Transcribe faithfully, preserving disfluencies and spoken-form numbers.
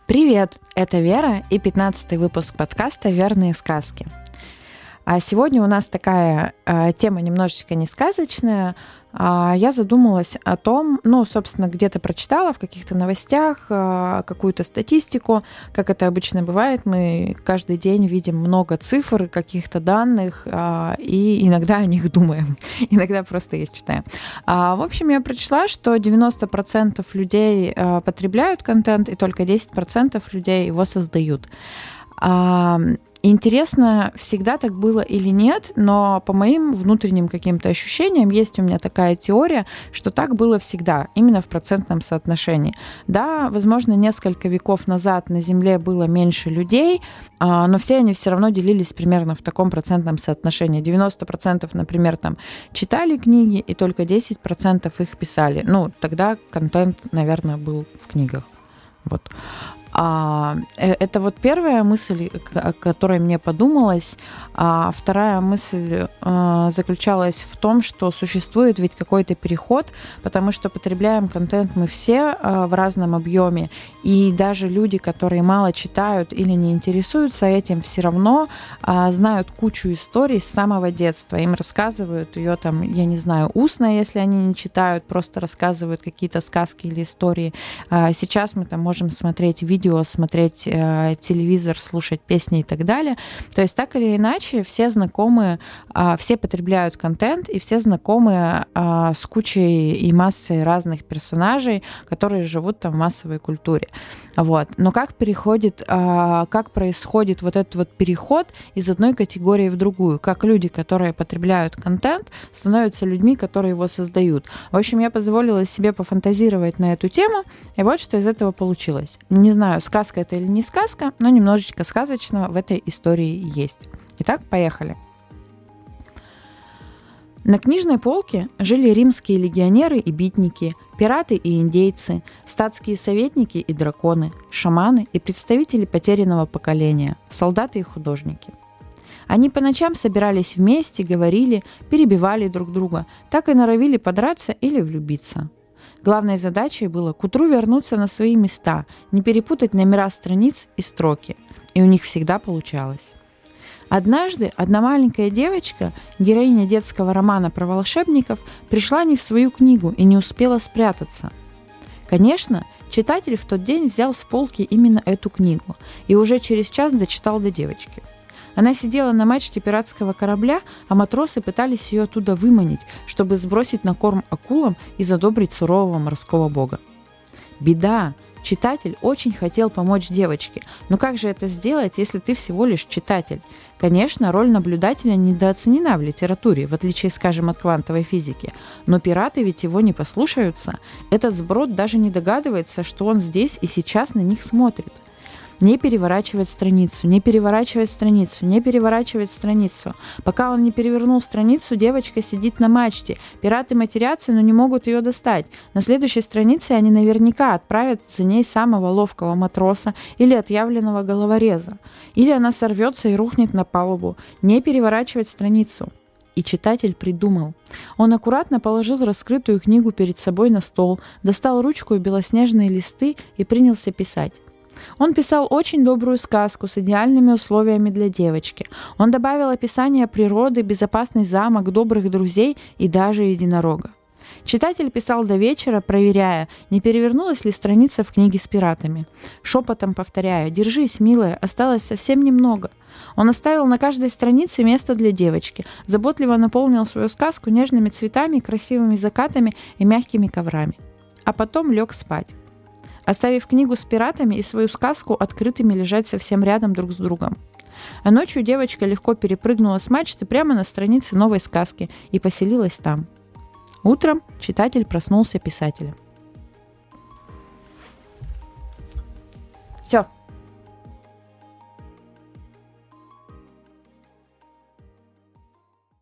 Привет, это Вера и пятнадцатый выпуск подкаста «Верные сказки». А сегодня у нас такая а, тема немножечко не сказочная. А, я задумалась о том, ну, собственно, где-то прочитала в каких-то новостях а, какую-то статистику, как это обычно бывает. Мы каждый день видим много цифр, каких-то данных, а, и иногда о них думаем, иногда просто их читаем. А, в общем, я прочла, что девяносто процентов людей а, потребляют контент, и только десять процентов людей его создают. А, Интересно, всегда так было или нет, но по моим внутренним каким-то ощущениям есть у меня такая теория, что так было всегда, именно в процентном соотношении. Да, возможно, несколько веков назад на Земле было меньше людей, но все они все равно делились примерно в таком процентном соотношении. девяносто процентов, например, там читали книги, и только десять процентов их писали. Ну, тогда контент, наверное, был в книгах. Вот. А, это вот первая мысль, о которой мне подумалось. А вторая мысль а, заключалась в том, что существует ведь какой-то переход, потому что потребляем контент мы все а, в разном объеме, и даже люди, которые мало читают или не интересуются этим, все равно а, знают кучу историй с самого детства. Им рассказывают ее там, я не знаю, устно, если они не читают, просто рассказывают какие-то сказки или истории. А сейчас мы там можем смотреть видео, видео, смотреть э, телевизор, слушать песни и так далее. То есть так или иначе все знакомы, э, все потребляют контент, и все знакомы э, с кучей и массой разных персонажей, которые живут там в массовой культуре. Вот. Но как переходит, э, как происходит вот этот вот переход из одной категории в другую? Как люди, которые потребляют контент, становятся людьми, которые его создают? В общем, я позволила себе пофантазировать на эту тему, и вот что из этого получилось. Не знаю, сказка это или не сказка, но немножечко сказочного в этой истории есть. Итак, поехали. На книжной полке жили римские легионеры и битники, пираты и индейцы, статские советники и драконы, шаманы и представители потерянного поколения, солдаты и художники. Они по ночам собирались вместе, говорили, перебивали друг друга, так и норовили подраться или влюбиться. Главной задачей было к утру вернуться на свои места, не перепутать номера страниц и строки. И у них всегда получалось. Однажды одна маленькая девочка, героиня детского романа про волшебников, пришла не в свою книгу и не успела спрятаться. Конечно, читатель в тот день взял с полки именно эту книгу и уже через час дочитал до девочки. Она сидела на мачте пиратского корабля, а матросы пытались ее оттуда выманить, чтобы сбросить на корм акулам и задобрить сурового морского бога. Беда! Читатель очень хотел помочь девочке. Но как же это сделать, если ты всего лишь читатель? Конечно, роль наблюдателя недооценена в литературе, в отличие, скажем, от квантовой физики. Но пираты ведь его не послушаются. Этот сброд даже не догадывается, что он здесь и сейчас на них смотрит. Не переворачивать страницу, не переворачивать страницу, не переворачивать страницу. Пока он не перевернул страницу, девочка сидит на мачте. Пираты матерятся, но не могут ее достать. На следующей странице они наверняка отправят за ней самого ловкого матроса или отъявленного головореза. Или она сорвется и рухнет на палубу. Не переворачивать страницу. И читатель придумал. Он аккуратно положил раскрытую книгу перед собой на стол, достал ручку и белоснежные листы и принялся писать. Он писал очень добрую сказку с идеальными условиями для девочки. Он добавил описание природы, безопасный замок, добрых друзей и даже единорога. Читатель писал до вечера, проверяя, не перевернулась ли страница в книге с пиратами. Шепотом повторяя: «Держись, милая, осталось совсем немного». Он оставил на каждой странице место для девочки, заботливо наполнил свою сказку нежными цветами, красивыми закатами и мягкими коврами. А потом лег спать, оставив книгу с пиратами и свою сказку открытыми лежать совсем рядом друг с другом. А ночью девочка легко перепрыгнула с мачты прямо на странице новой сказки и поселилась там. Утром читатель проснулся писателем. Все.